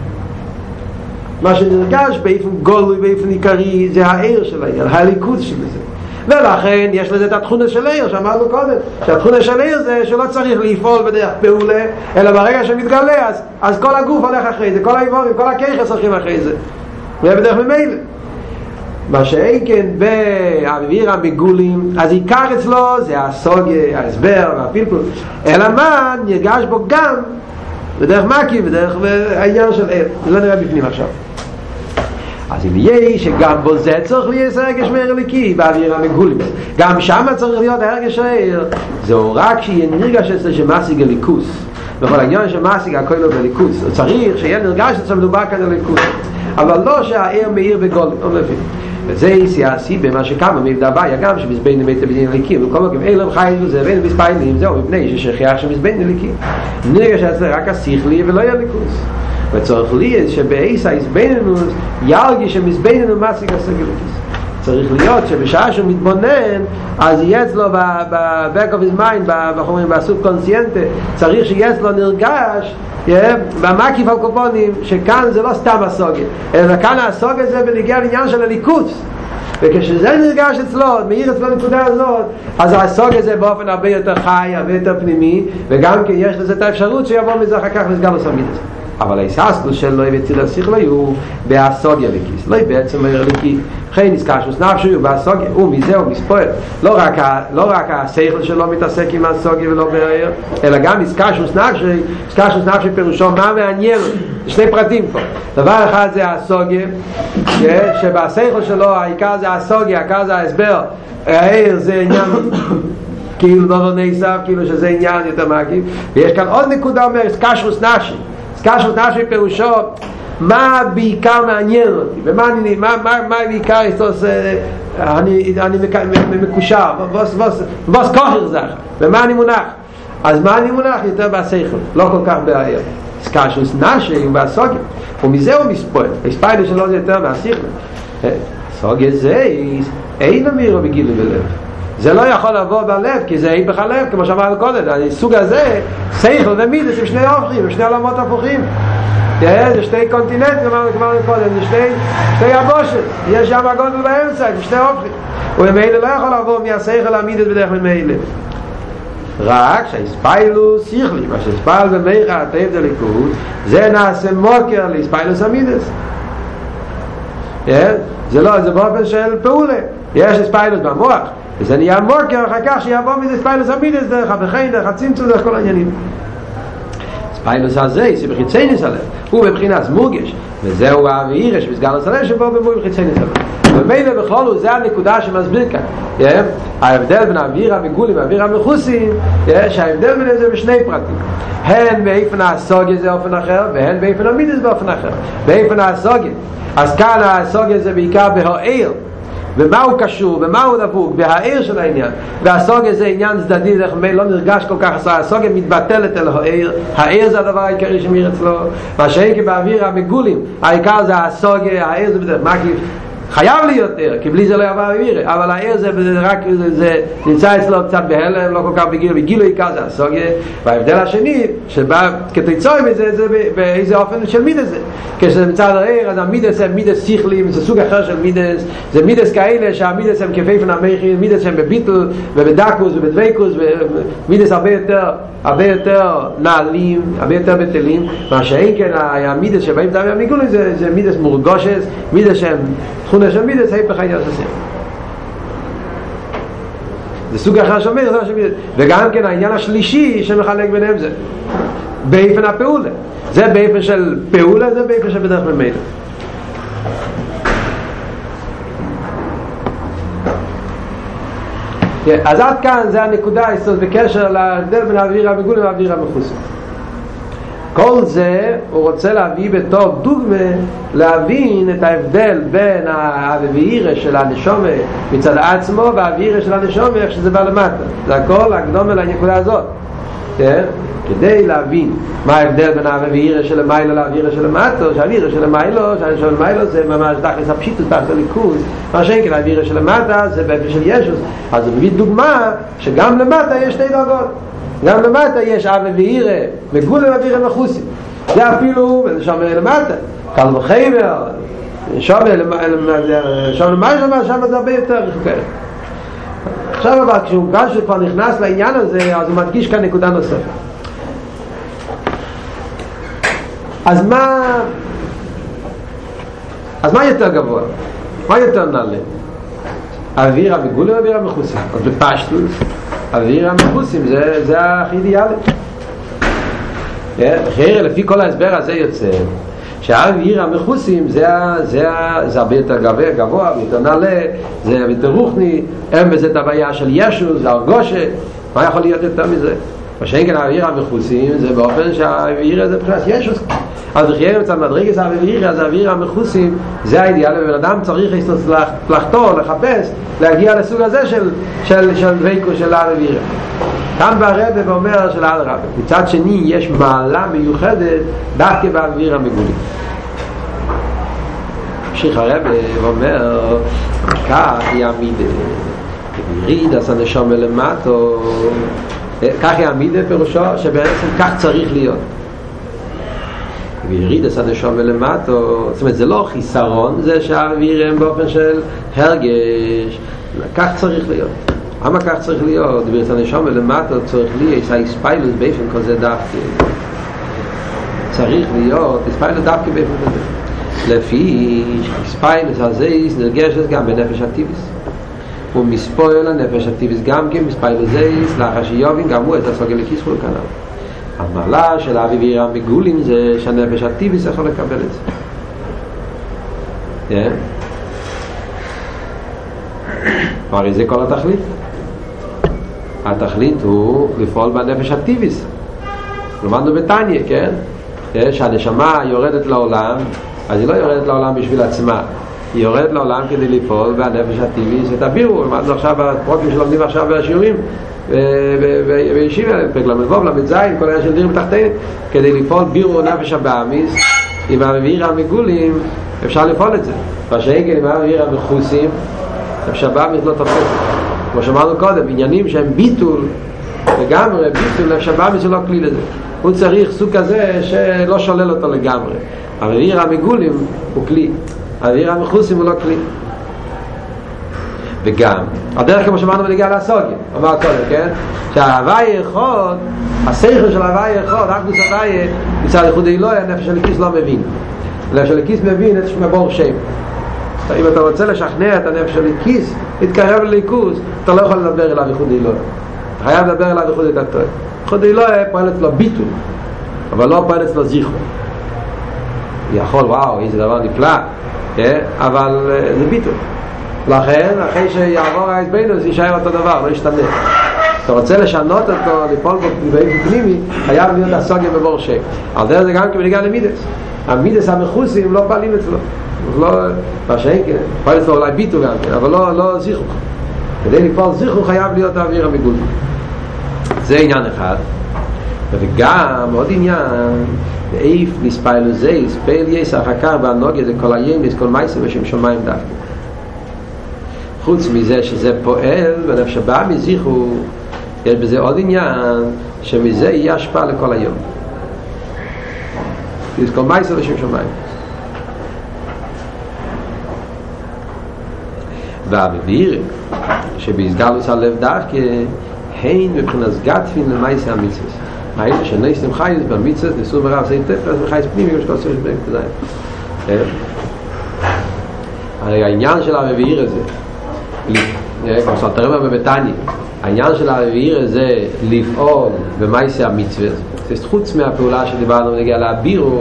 מה שנרגש באיפן גולוי, באיפן עיקרי, זה העיר של העיר, הליכוס של זה. ולכן יש לזה את התכונה של עיר שאמרנו קודם, שהתכונה של עיר זה שלא צריך לפעול בדרך פעולה, אלא ברגע שמתגלה אז כל הגוף הולך אחרי זה, כל האיבורים, כל הכיחס הולכים אחרי זה, ובדרך ממילא. מה שאין כן באוויר המגולים, אז עיקר אצלו זה הסוגיה, ההסבר והפלפול, אלא מה נרגש בו גם בדרך מקי, בדרך העניין של עיר. זה לא נראה בפנים עכשיו. אז אם יהיה שגם בו זה צריך להיות הרגש מהרליקי באוויר המגולים, גם שם צריך להיות הרגש העיר, זהו רק שיהיה נרגש אצלו שמשיג הליכוס, בכל העניין שמשיג הכל לא בליכוס, צריך שיהיה נרגש אצלו מדובר כאן הליכוס, אבל לא שהעיר מאיר בגולם, לא מבין. וזה יסיעסי במה שקמה מבדביה גם שמזבין בית הבניין הליקים, וכל מקום אילם חיים וזה בין מספיילים, זהו מפני ששכיח שמזבין הליקים נרגש אצלו רק השכלי ולא יהיה ליכוס, וצריך לי שבאיסה יסביננו ירגיש שמזביננו משיג הסגלוקיס. צריך להיות שבשעה שהוא מתבונן אז יהיה אצלו ב-back of his mind, בחומרים, בסוב קונסיינטה, צריך שיהיה אצלו נרגש במקיף הקופונים שכאן זה לא סתם הסוגיה, אלא כאן הסוגיה זה בנגיע לעניין של הליכוס, וכשזה נרגש אצלו, מאיר אצלו נקודה הזאת, אז הסוגיה זה באופן הרבה יותר חי, הרבה יותר פנימי, וגם כן יש לזה את האפשרות שיבוא מזה אחר כך לסגל הסמיד הזה. אבל ההיססקוס של לא יבציל השכל הוא בהסוגיה לקיס, לא בעצם הליקי, לכן נזקשוס נפשו בהסוגיה, ומזה הוא מספועל, לא רק השכל שלו מתעסק עם הסוגיה ולא בהעיר, אלא גם נזקשוס נפשו פירושו מה מעניין, שני פרטים פה. דבר אחד זה הסוגיה, שבהשכל שלו העיקר זה הסוגיה, העיקר זה ההסבר, העיר זה עניין כאילו לא נסף, כאילו שזה עניין יותר מקיף, ויש כאן עוד נקודה אומר, נזקשוס נפשו קשור נפשי פירושו מה בעיקר מעניין אותי, ומה בעיקר אני מקושר, בוס כוחר זך, ומה אני מונח, אז מה אני מונח יותר בהשכל, לא כל כך בהעיר. קשור נפשי הוא בהסוגיה, ומזה הוא מספועל, הספייל שלו זה יותר מהשכל. הסוגיה זה אין אמירו בגיל בלב, זה לא יכול לבוא בלב כי זה היפך הלב, כמו שאמרנו קודם. הסוג הזה, שכל ומידס הם שני הופכים, שני עולמות הפוכים, זה שתי קונטיננטים, אמרנו קודם, זה שתי יבשות, יש שם הגודל באמצע, זה שני הופכים, וממילא לא יכול לבוא מהשכל המידס בדרך ממילא, רק שהספיילוס שכלי, מה שהספייל במייך הטייב דליקות, זה נעשה מוקר להספיילוס המידס, זה לא, זה באופן של פעולה, יש הספיילוס במוח, וזה נהיה מוקר אחר כך שיבוא מזה ספיילוס המידס דרך הבחין, דרך הצמצום, דרך כל העניינים. ספיילוס הזה, זה בחיצי נסלם, הוא בבחינת מורגש, וזהו האוויר שמסגר לסלם שבו במוי בחיצי נסלם. ומילא בכלול זה הנקודה שמסביר כאן, ההבדל בין האוויר המגולים והאוויר המחוסים, שההבדל ביניהם זה בשני פרטים, הן באופן הסוגיה זה אופן אחר, והן באופן המידס באופן אחר. באופן הסוגיה, אז כאן הסוגיה זה בעיקר בהעיר, ומה הוא קשור, ומה הוא דבוק בהעיר של העניין, והסוגיה זה עניין צדדי, לא נרגש כל כך, הסוגיה מתבטלת אל העיר, העיר זה הדבר העיקרי שמיר אצלו, מה שאין כי באוויר המגולים, העיקר זה הסוגיה, העיר זה בדרך מקיף, חייב לי יותר, כי בלי זה לא יבוא האוויר, אבל העיר זה רק, זה נמצא אצלו קצת בהלם, לא כל כך בגילו עיקר זה הסוגיה. וההבדל השני, שבא כתיצוי מזה, זה באיזה אופן של מידס זה. כשזה מצד העיר, אז המידס הם מידס שכלים, זה סוג אחר של מידס, זה מידס כאלה שהמידס הם כפייפן המחיר, מידס הם בביטל ובדקוס ובדוויקוס, מידס הרבה יותר נעלים, הרבה יותר בטלים, מה שאין כן המידס שבאים דמי המיגולים זה מידס מורגושס, מידס שהם תכונה של מידס, היפך העניין הזה. זה סוג אחר של מידס, וגם כן העניין השלישי שמחלק ביניהם זה באופן הפעולה, זה באופן של פעולה, זה באופן של בדרך ממילא. אז עד כאן זה הנקודה היסוד בקשר להבדל בין האוויר המגולים והאוויר המחוסים. כל זה הוא רוצה להביא בתור דוגמה להבין את ההבדל בין האוויר של הנשמה מצד עצמו והאוויר של הנשמה איך שזה בא למטה. זה הכל הקדומה לנקודה הזאת, כדי להבין מה ההבדל בין האוויר של המיילו לאוויר של המטה, שהאוויר של המיילו, שהאוויר של המיילו זה ממש דחס הפשיטות תחת הליכוז, מה שאין כן האוויר של המטה זה באופן של ישוס. אז הוא מביא דוגמה שגם למטה יש שתי דרגות, גם למטה יש אוויר מגולם אוויר מחוסים, זה אפילו שם למטה קל וחיימר שם למטה, שם זה הרבה יותר רחוק. עכשיו אבל כשהוא כבר נכנס לעניין הזה, אז הוא מדגיש כאן נקודה נוספת. אז מה יותר גבוה? מה יותר נעלה? אוויר המגולים או אוויר המחוסים? אז בפשטות אוויר המחוסים זה הכי אידיאלי. לפי כל ההסבר הזה יוצא שהאוויר המחוסים זה הרבה יותר גבוה, יותר נעלה, זה יותר רוחני, אין בזה את הבעיה של ישו, זה הרגושה. מה יכול להיות יותר מזה? מה שאין כן האוויר המחוסים זה באופן שהאוויר הזה מבחינת ישו. אז בכלל מצד מדרגת האוויר, אז האוויר המחוסים זה האידיאל, ובן אדם צריך לחתור, לחפש, להגיע לסוג הזה של דבקו של האוויר. כאן ברב ואומר של האדרבה, מצד שני יש מעלה מיוחדת דווקא באוויר המגולי. המשיך הרב ואומר כך יעמיד יריד אז הנשום למטו, כך יעמיד פירושו שבעצם כך צריך להיות. ויריד את הנשום למטו, זאת אומרת זה לא חיסרון, זה שהאוויר הם באופן של הרגש, כך צריך להיות. למה כך צריך להיות? ויריד את הנשום למטו צריך להיות הספיילוס באופן כזה דווקא, צריך להיות הספיילוס דווקא באופן כזה, לפי הספיילוס הזה נרגשת גם בנפש הטיביס, ומספויל הנפש הטיביס גם כן בספיילוס זה לאחר שיובין גם הוא את הסוגל לכיסחול כנל. המעלה של האוויר המגולים זה שהנפש הטיביס יכול לקבל את זה. הרי זה כל התכלית. התכלית הוא לפעול בנפש הטיביס. למדנו בתניא, כן? שהנשמה יורדת לעולם, אז היא לא יורדת לעולם בשביל עצמה, היא יורדת לעולם כדי לפעול והנפש הטיביס את הבירו. למדנו עכשיו בפרוקים שלומדים עכשיו בשיעורים בישיבה, פרק למד זין, כל העניין של דיר בתחתינו, כדי לפעול בירו נפש הבאמיס. עם האוויר המגולים אפשר לפעול את זה, והשאין כן עם האוויר המחוסים נפש הבאמיס לא תופס. כמו שאמרנו קודם, עניינים שהם ביטול לגמרי, ביטול נפש הבאמיס זה לא כלי לזה, הוא צריך סוג כזה שלא שולל אותו לגמרי. האוויר המגולים הוא כלי, האוויר המחוסים הוא לא כלי. וגם הדרך כמו שאמרנו בנגיעה להסוגיה, אמר קודם, כן? שההוואי אחד, השכל של ההוואי אחד, אחדוס ההוואי מצד ייחוד אלוהי, הנפש של הכיס לא מבין. הנפש של הכיס מבין את שמבור שם. אם אתה רוצה לשכנע את הנפש של הכיס להתקרב לליכוז, אתה לא יכול לדבר אליו ייחוד אלוהי, אתה חייב לדבר אליו ייחוד את התואר. ייחוד אלוהי פועל אצלו ביטול, אבל לא פועל אצלו זיכרו. יכול, וואו, איזה דבר נפלא, אבל זה ביטול. לכן, אחרי שיעבור ההסבינוס, יישאר אותו דבר, לא ישתנה. אתה רוצה לשנות אותו, לפעול באופן פנימי, חייב להיות הסוגיה בבור שם. על דרך זה גם כבניגע למידס. המידס המחוסים לא פעלים אצלו. לא, פשעים כן, פעל אצלו אולי ביטו גם כן, אבל לא זיכוך. כדי לפעול זיכוך חייב להיות האוויר המגול. זה עניין אחד. וגם עוד עניין, ואיף נספיילו זה, ספייל יש החקר והנוגיה, זה כל הימס, כל מייסים ושם שמיים דווקא. חוץ מזה שזה פועל ונפש הבא מזיכו, יש בזה עוד עניין שמזה יהיה השפעה לכל היום. יש כל מייסר לשם שמיים. והמביר שבהסגלוס הלב דווקא הן מבחינת גטפין למייסר המצווה. האלה שנסתם חייס במצווה ניסו ברב זה תפס וחייס פנימי ושתו עושה שבאים כדאי. הרי העניין של המביר הזה כמו שאתה רואה בבטניה, העניין של האוויר הזה לפעול במעשה המצווה, זה חוץ מהפעולה שדיברנו נגיע להבירו,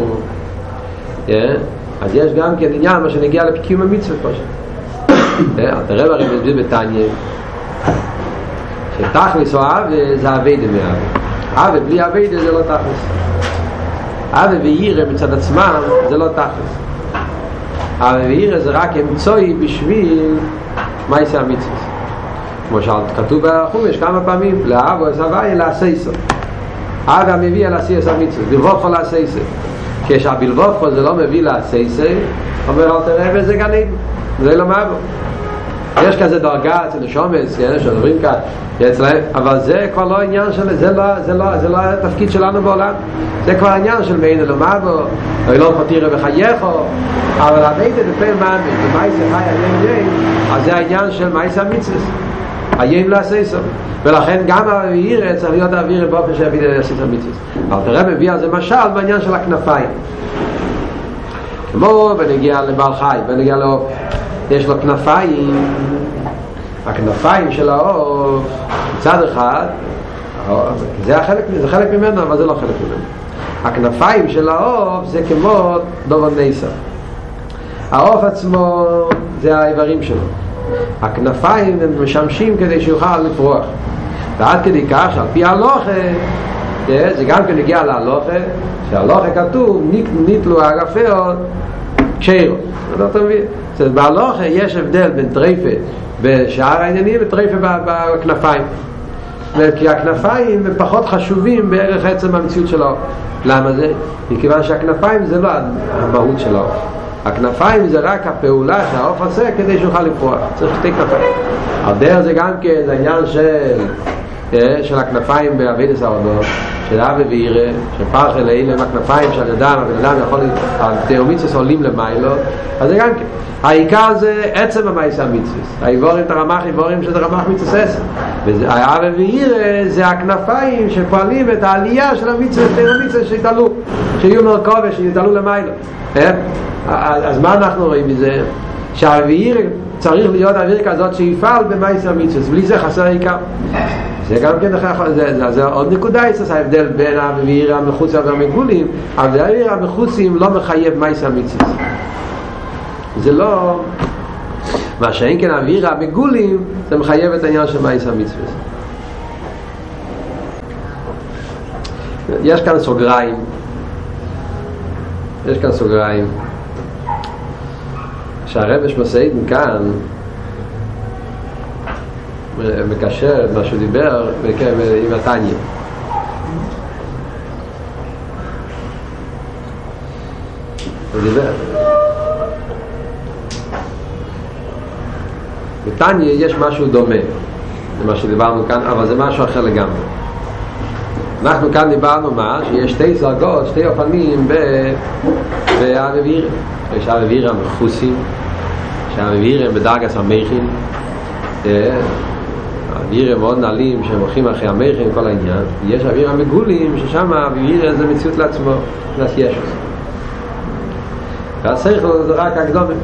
אז יש גם כן עניין מה שנגיע לקיום המצווה פשוט. אתה רואה הרי מסביר בטניה שתכלס או אהבה זה אביידה מאהבה, אהבה בלי אביידה זה לא תכלס, אהבה וירא מצד עצמם זה לא תכלס, אהבה וירא זה רק אמצעי בשביל מעשה המצווה. כמו שכתוב בחומש כמה פעמים, לאהבו את הוואי לעשייסו. אהבה מביא על עשייס המצווה, בלבובכו לעשייסו. כשהבלבובכו זה לא מביא לעשייסו, אומר אל תראה וזה גנים, זה לא מאבו. יש כזה דרגה אצל נשומס, שדברים כאן, אבל זה כבר לא עניין של, זה לא התפקיד שלנו בעולם. זה כבר עניין של מעין אלו מאבו, או לא פתירה וחייכו, אבל המידע בפעם מאמין, במייסה חי עליהם אז זה העניין של מייסה המצווה. היום לעשה סוף. ולכן גם האוויר צריך להיות האוויר באופן שהביא לעשות המצווה. אבל הרב מביא על זה משל בעניין של הכנפיים. כמו בנגיע לבעל חי, בנגיע לעוף, יש לו כנפיים. הכנפיים של העוף מצד אחד זה חלק ממנו, אבל זה לא חלק ממנו. הכנפיים של העוף זה כמו דובר נסר. העוף עצמו זה האיברים שלו. הכנפיים הם משמשים כדי שיוכל לפרוח. ועד כדי כך שעל פי הלוכה, זה גם כן הגיע להלוכה, שהלוכה כתוב ניתלו הגפיות קשירות. אתה מבין? בהלוכה יש הבדל בין טרפה בשאר העניינים וטרפה בכנפיים. כי הכנפיים הם פחות חשובים בערך עצם המציאות של העוף. למה זה? מכיוון שהכנפיים זה לא המהות של העוף. הכנפיים זה רק הפעולה שהעוף עושה כדי שיוכל לפרוח. צריך שתי כנפיים. על דרך זה גם כן זה העניין של הכנפיים בעבודת העבודה, של אבא וירא, שפרח אליהם הכנפיים של אדם, הבן אדם יכול, התאומיצס עולים למיילו, אז זה גם כן. העיקר זה עצם המעשה המצווה. האיבורים, הרמ"ח איבורים שזה רמ"ח מצווה. והאבא וירא זה הכנפיים שפועלים את העלייה של המצווה, תאומיצס שיתעלו, שיהיו מרכובה, שיתעלו למיילו. אז מה אנחנו רואים מזה? שהאוויר צריך להיות אוויר כזאת שיפעל במעשה המצווה, בלי זה חסר העיקר. זה גם כן זה עוד נקודה, זה ההבדל בין האוויר המחוצים והמגולים. האוויר המחוצים לא מחייב מעשה המצווה. זה לא מה שאין כן האוויר המגולים, זה מחייב את העניין של מעשה המצווה. יש כאן סוגריים שהרבש מסעיד מכאן מקשר את מה שהוא דיבר עם התניא. הוא דיבר בתניא יש משהו דומה למה שדיברנו כאן, אבל זה משהו אחר לגמרי. אנחנו כאן דיברנו שיש שתי סרגות, שתי אופנים באוויר. יש האוויר המחוסים, שהאוויר הם בדרגת המכין, האוויר הם מאוד נעלים שהם הולכים אחרי המכין כל העניין. יש האוויר המגולים ששם האוויר זה מציאות לעצמו, נס ישוס. והשכל זה רק הקדומים.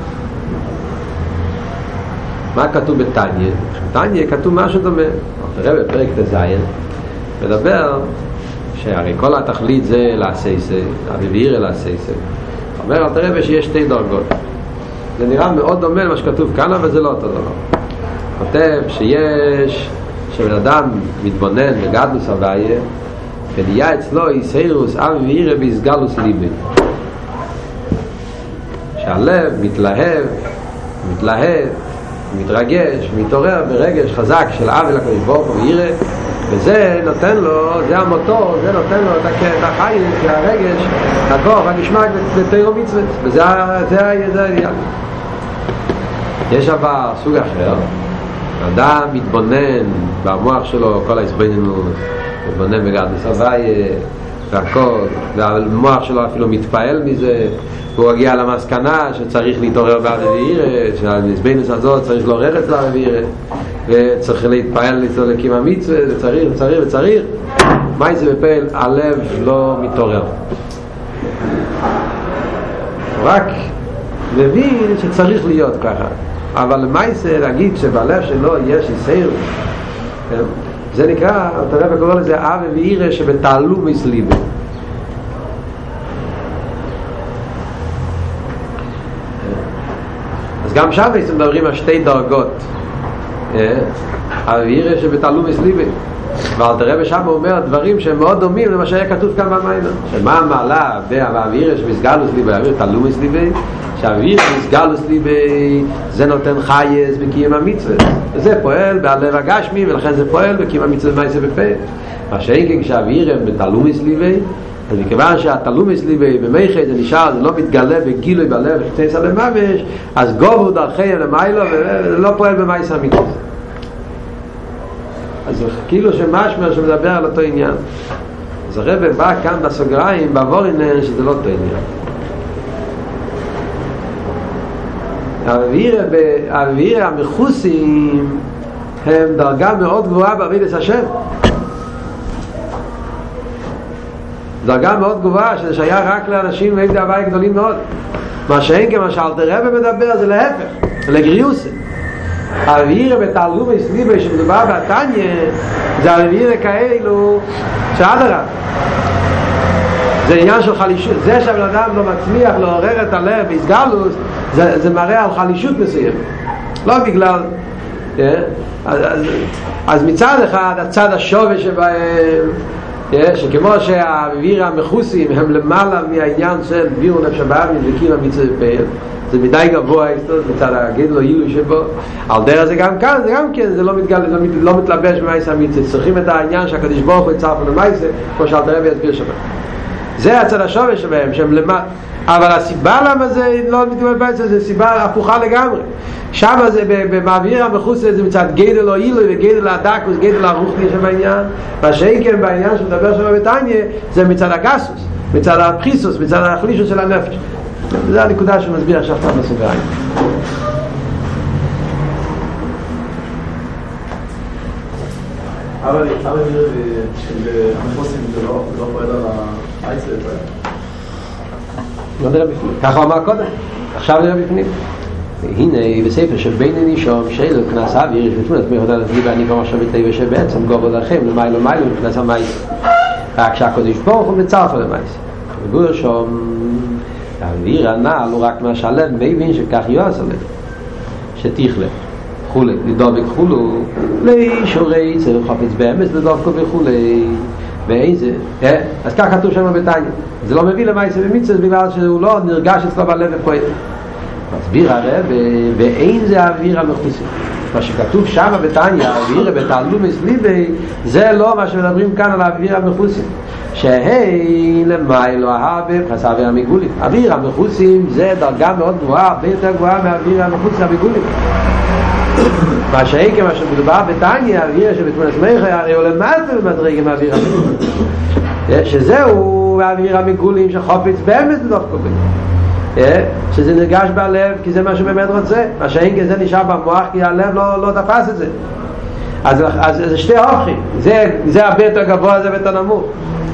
מה כתוב בתניא? בתניא כתוב משהו דומה. תראה בפרק תזיין מדבר שהרי כל התכלית זה לעשייסה, האוויר לעשייסה. אומר אל תראה שיש שתי דרגות. זה נראה מאוד דומה למה שכתוב כאן, אבל זה לא אותו דבר. כותב שבן אדם מתבונן בגדלוס הוויה, ונהיה אצלו איסיירוס אוויר ביסגלוס ליבי. שהלב מתלהב, מתרגש, מתעורר ברגש חזק של אבי לקדוש ברוך הוא וירא, וזה נותן לו, זה המוטור, זה נותן לו את החיים, כי הרגש, הגוף, הנשמע בתורה מצווה, וזה העניין. יש אבל סוג אחר, אדם מתבונן במוח שלו, כל ההסביננות, מתבונן בגדלוס הוויה והכל, והמוח שלו אפילו מתפעל מזה, והוא הגיע למסקנה שצריך להתעורר באוויר, שההסביננות הזאת צריך לעורר את האוויר, וצריך להתפעל לצלול לקים המצווה, וצריך. מה זה בפעל? הלב לא מתעורר. רק מבין שצריך להיות ככה. אבל מה זה להגיד שבלב שלו יש איסיירות? זה נקרא, אתה רואה וקורא לזה אבי וירא שבתעלו מסליבי. אז גם שם אנחנו מדברים על שתי דרגות. אבי וירא שבתעלו מסליבי. ואל תראה ושם הוא אומר דברים שהם מאוד דומים למה שהיה כתוב כאן במיינה. שמה המעלה באבי וירא שבסגלוס ליבי, אבי תעלו מסליבי, שהאוויר מסגלוס ליבי זה נותן חייס בקיים המצווה, וזה פועל בהלב הגשמי, ולכן זה פועל בקיים המצווה מעשה בפה. מה שאין כשהאוויר הם בתלומס ליבי, אז מכיוון שהתלומס ליבי במייחד זה נשאר, זה לא מתגלה בגילוי בלב וחצי לממש, אז גובו דרכיהם למיילו ולא פועל במעשה המצווה. אז כאילו שמשמר שמדבר על אותו עניין. אז הרב בא כאן בסוגריים בעבורינן שזה לא אותו עניין. האוויר המחוסים הם דרגה מאוד גבוהה בעבודת השם. דרגה מאוד גבוהה שזה שייך רק לאנשים עם דאבי גדולים מאוד. מה שאין כמה שאלתר רבי מדבר זה להפך, לגריוסה. האווירה בתעלומי סליבה שמדובר בתניא זה האווירה כאלו שאדרבה, זה עניין של חלישות. זה שהבן אדם לא מצליח לעורר את הלב בהסגלות, זה מראה על חלישות מסוים, לא בגלל אז מצד אחד הצד השווה שבהם, שכמו שהאווירה המחוסים הם למעלה מהעניין של בירו נפש הבאמין וקיום המצווה בפעל, זה מדי גבוה מצד הגדול הילוי שבו. על דרך זה גם כאן, זה גם כן, זה לא מתלבש במייס המצווה. צריכים את העניין שהקדוש ברוך הוא יצרף למייס, כמו שאלתר רבי יסביר שם. זה הצד השווה שבהם, שהם למעלה. אבל הסיבה למה זה לא מתקבל בעצם, זה סיבה הפוכה לגמרי. שם זה באוויר המחוס זה מצד גדל או אילוי וגדל הדקוס, גדל הרוחני שם העניין. מה שאין כן בעניין שמדבר שם בתניא זה מצד הגסוס, מצד הפחיסוס, מצד החלישות של הנפש. זה הנקודה שמסביר עכשיו פעם בסוגריים. אבל המחוסים זה לא פועל על העצב. לא נראה בפנים, ככה הוא אמר קודם, עכשיו נראה בפנים. הנה בספר של בין הנישום שאלו כנס האוויר יש בפנים, את מיוחדה לפליבה אני כבר עכשיו בטבע שבעצם גובה לכם למיילו מיילו מכנס המייס, רק שהקודש ברוך הוא מצרף על המייס. וגור שום האוויר הנעל הוא רק מה שהלב מבין שכך יועס הלב שתיכלה חולה, לדובק חולו לאישורי צר חפץ באמץ לדובקו וכולי ואיזה, אז כך כתוב שם בתניא. זה לא מביא למעשה במצווה בגלל שהוא לא נרגש אצלו בלב ופועל. מסביר הרב, ואין זה האוויר המחוסי. מה שכתוב שם בתניא, האוויר בתעלומי סליבי, זה לא מה שמדברים כאן על האוויר המחוסי. שהי למיילו ההבא חס האוויר המגולים. האוויר המחוסים זה דרגה מאוד גבוהה, הרבה יותר גבוהה מהאוויר המחוסי המגולים. מה שאין כמה שמדובר בתניא, האוויר שבתמונס מייך הרי הוא למטה במדרג עם האוויר המגולים. שזהו האוויר המגולים שחופץ באמת לדוף קובל. שזה נרגש בלב כי זה מה שבאמת רוצה. מה שאין כזה נשאר במוח כי הלב לא תפס את זה. אז זה שתי הופכים. זה הרבה יותר גבוה, זה יותר נמוך.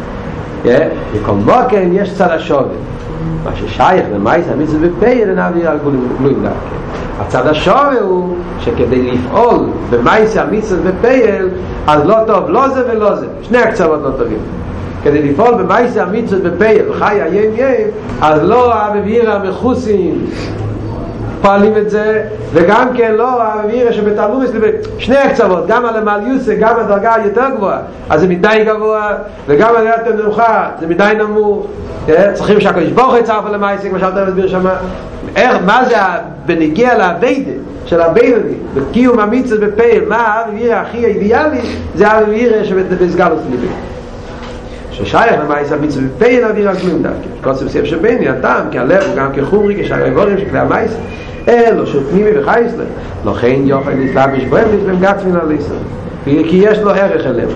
בכל מוקם יש צד השווה. מה ששייך למייס המצווה בפייל אין האוויר הגלויים דרכם. הצד השווה הוא שכדי לפעול במייס המצווה בפייל אז לא טוב לא זה ולא זה, שני הקצוות לא טובים. כדי לפעול במייס המצווה בפייל חי הים אז לא האוויר המחוסים פועלים את זה, וגם כן לא האוויר שבתעלומי סליבי, שני הקצוות, גם על המעליוסה, גם הדרגה היותר גבוהה, אז זה מדי גבוה, וגם על יותר נמוכה, זה מדי נמוך. צריכים שהקדוש ברוך הוא יצרף על המעשה, כמו שאלתר מסביר שם, מה זה בנגיע לעבודה של הבינוני, בקיום המצווה בפייל, מה האוויר הכי אידיאלי, זה האוויר שבסגלות סליבי. ששייך למעשה המצווה בפייל האוויר הגלויים דרכם. קוצב סייף שביני, הטעם, כי הלב הוא גם כחומרי, כשהגבורים שכלי המעשה, אלו שפנימי וחייס להם לכן יוכל להתלבש בהם לפעמים גצמין על ישראל כי יש לו ערך אליהם.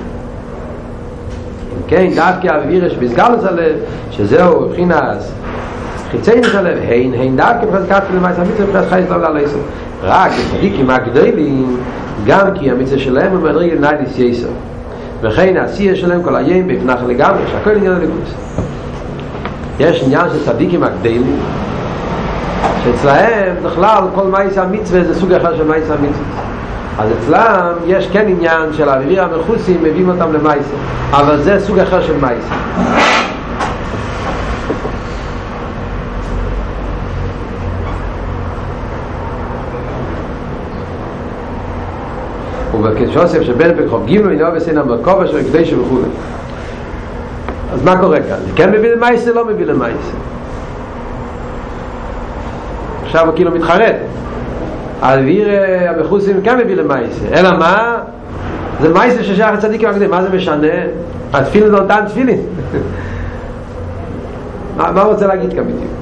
כן, דווקא האוויר שבסגלוס הלב שזהו מבחינת חיציינות הלב הן דווקא בחזקת למעשה המצווה מבחינת חייס להם על ישראל רק צדיקים הגדולים גם כי המצווה שלהם הוא מדרגת ניידיס יסר וכן העשייה שלהם כל היום בפנח לגמרי שהכל עניין הליכוס. יש עניין של צדיקים הגדולים שאצלהם בכלל כל מייס המצווה זה סוג אחר של מייס המצווה. אז אצלם יש כן עניין של האוויר המחוסים מביאים אותם למייס, אבל זה סוג אחר של מייס. ובקשוסף שבין פקחוב גימלו אינו בסין המרכובה של הקדש וכו'. אז מה קורה כאן? כן מביא למייס, לא מביא למייס. עכשיו הוא כאילו מתחרט. האוויר המחוסים כן מביא למייסה. אלא מה? זה מייסה ששייך לצדיקים הגדולים. מה זה משנה? התפילין זה אותן תפילין. מה הוא רוצה להגיד כאן בדיוק?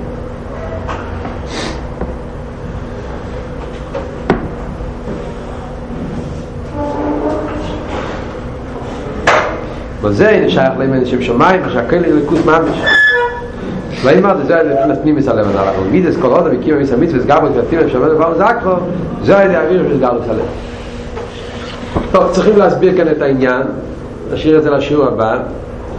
וזה שייך להם אנשים שמיים, שהכל לליכוס ממש. לא אמרת, זה היה לפנים מסלם על הלכות מידס, כל עוד המקיום מסמיץ וסגבות ותילה ושבת דבר זקרו, זה היה האוויר של סגלות הלב. טוב, צריכים להסביר כאן את העניין, נשאיר את זה לשיעור הבא.